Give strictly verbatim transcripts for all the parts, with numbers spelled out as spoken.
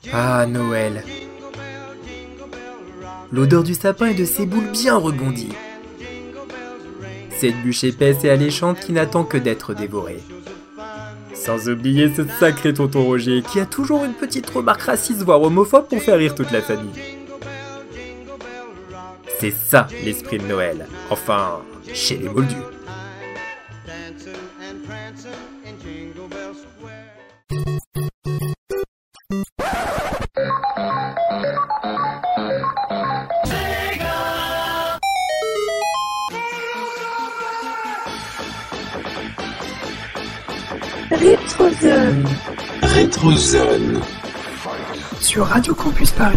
Ah, Noël. L'odeur du sapin et de ses boules bien rebondies. Cette bûche épaisse et alléchante qui n'attend que d'être dévorée. Sans oublier ce sacré tonton Roger qui a toujours une petite remarque raciste voire homophobe pour faire rire toute la famille. C'est ça l'esprit de Noël. Enfin, chez les Moldus. Rétrozone. Rétrozone. Sur Radio Campus Paris.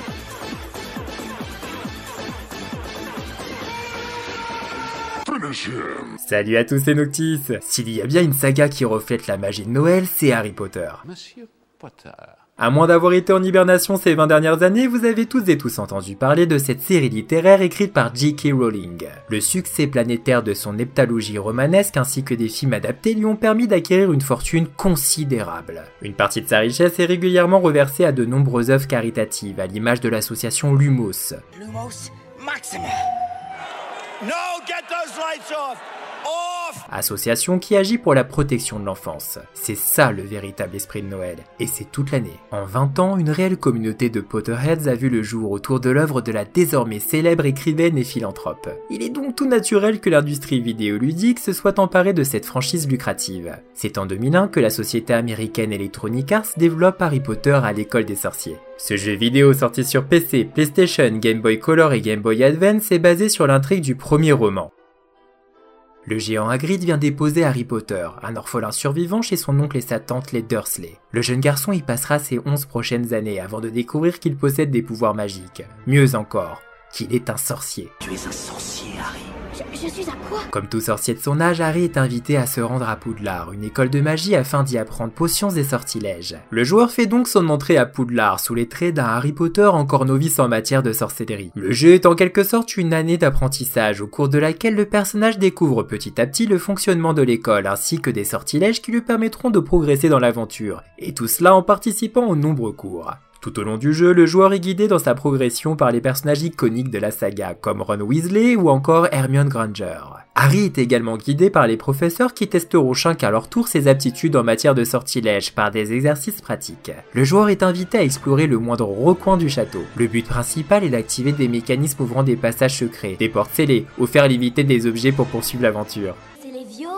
Salut à tous, c'est Noctis. S'il y a bien une saga qui reflète la magie de Noël, c'est Harry Potter. Monsieur Potter. À moins d'avoir été en hibernation ces vingt dernières années, vous avez toutes et tous entendu parler de cette série littéraire écrite par J K Rowling. Le succès planétaire de son heptalogie romanesque ainsi que des films adaptés lui ont permis d'acquérir une fortune considérable. Une partie de sa richesse est régulièrement reversée à de nombreuses œuvres caritatives, à l'image de l'association Lumos. Lumos Maxima. No, get those lights off. Off. Association qui agit pour la protection de l'enfance. C'est ça le véritable esprit de Noël, et c'est toute l'année. En vingt ans, une réelle communauté de Potterheads a vu le jour autour de l'œuvre de la désormais célèbre écrivaine et philanthrope. Il est donc tout naturel que l'industrie vidéoludique se soit emparée de cette franchise lucrative. C'est en deux mille un que la société américaine Electronic Arts développe Harry Potter à l'école des sorciers. Ce jeu vidéo sorti sur P C, PlayStation, Game Boy Color et Game Boy Advance est basé sur l'intrigue du premier roman. Le géant Hagrid vient déposer Harry Potter, un orphelin survivant chez son oncle et sa tante les Dursley. Le jeune garçon y passera ses onze prochaines années avant de découvrir qu'il possède des pouvoirs magiques. Mieux encore, qu'il est un sorcier. Tu es un sorcier, Harry. Je, je suis à quoi? Comme tout sorcier de son âge, Harry est invité à se rendre à Poudlard, une école de magie afin d'y apprendre potions et sortilèges. Le joueur fait donc son entrée à Poudlard sous les traits d'un Harry Potter encore novice en matière de sorcellerie. Le jeu est en quelque sorte une année d'apprentissage au cours de laquelle le personnage découvre petit à petit le fonctionnement de l'école ainsi que des sortilèges qui lui permettront de progresser dans l'aventure, et tout cela en participant aux nombreux cours. Tout au long du jeu, le joueur est guidé dans sa progression par les personnages iconiques de la saga, comme Ron Weasley ou encore Hermione Granger. Harry est également guidé par les professeurs qui testeront chacun à leur tour ses aptitudes en matière de sortilège par des exercices pratiques. Le joueur est invité à explorer le moindre recoin du château. Le but principal est d'activer des mécanismes ouvrant des passages secrets, des portes scellées, ou faire léviter des objets pour poursuivre l'aventure. C'est les Viosa,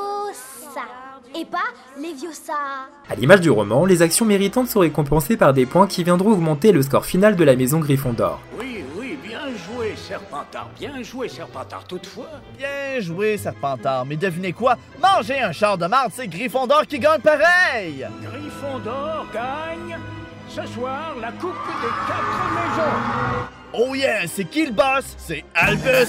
et pas les Viosa. À l'image du roman, les actions méritantes sont récompensées par des points qui viendront augmenter le score final de la maison Gryffondor. Oui, oui, bien joué, Serpentard, bien joué, Serpentard, toutefois. Bien joué, Serpentard, mais devinez quoi? Manger un char de marde, c'est Gryffondor qui gagne pareil! Gryffondor gagne ce soir la coupe des quatre maisons. Oh yeah, c'est qui le boss? C'est Albus!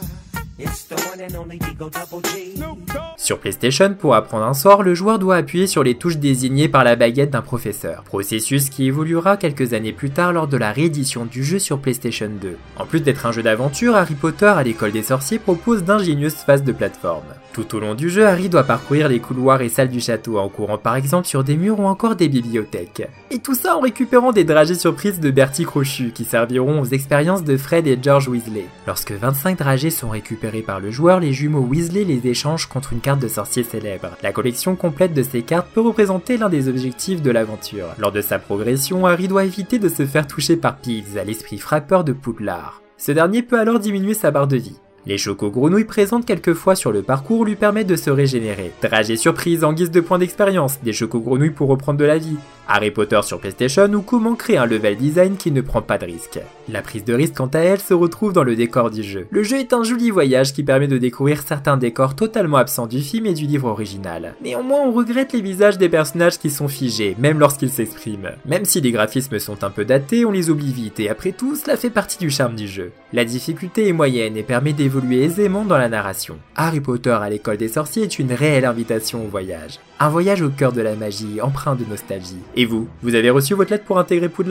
Sur PlayStation, pour apprendre un sort, le joueur doit appuyer sur les touches désignées par la baguette d'un professeur, processus qui évoluera quelques années plus tard lors de la réédition du jeu sur PlayStation deux. En plus d'être un jeu d'aventure, Harry Potter à l'école des sorciers propose d'ingénieuses phases de plateforme. Tout au long du jeu, Harry doit parcourir les couloirs et salles du château en courant par exemple sur des murs ou encore des bibliothèques. Et tout ça en récupérant des dragées surprises de Bertie Crochu qui serviront aux expériences de Fred et George Weasley. Lorsque vingt-cinq dragées sont récupérés par le joueur, les jumeaux Weasley les échangent contre une carte de sorcier célèbre. La collection complète de ces cartes peut représenter l'un des objectifs de l'aventure. Lors de sa progression, Harry doit éviter de se faire toucher par Peeves, à l'esprit frappeur de Poudlard. Ce dernier peut alors diminuer sa barre de vie. Les chocogrenouilles présentes quelquefois sur le parcours lui permettent de se régénérer. Dragées surprise en guise de points d'expérience, des chocogrenouilles pour reprendre de la vie, Harry Potter sur PlayStation ou comment créer un level design qui ne prend pas de risque. La prise de risque quant à elle se retrouve dans le décor du jeu. Le jeu est un joli voyage qui permet de découvrir certains décors totalement absents du film et du livre original. Néanmoins, on regrette les visages des personnages qui sont figés, même lorsqu'ils s'expriment. Même si les graphismes sont un peu datés, on les oublie vite et après tout, cela fait partie du charme du jeu. La difficulté est moyenne et permet d'évoluer aisément dans la narration. Harry Potter à l'école des sorciers est une réelle invitation au voyage. Un voyage au cœur de la magie, empreint de nostalgie. Et vous, vous avez reçu votre lettre pour intégrer Poudlard ?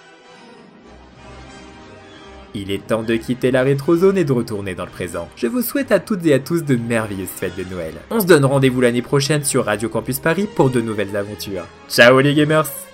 Il est temps de quitter la rétrozone et de retourner dans le présent. Je vous souhaite à toutes et à tous de merveilleuses fêtes de Noël. On se donne rendez-vous l'année prochaine sur Radio Campus Paris pour de nouvelles aventures. Ciao les gamers!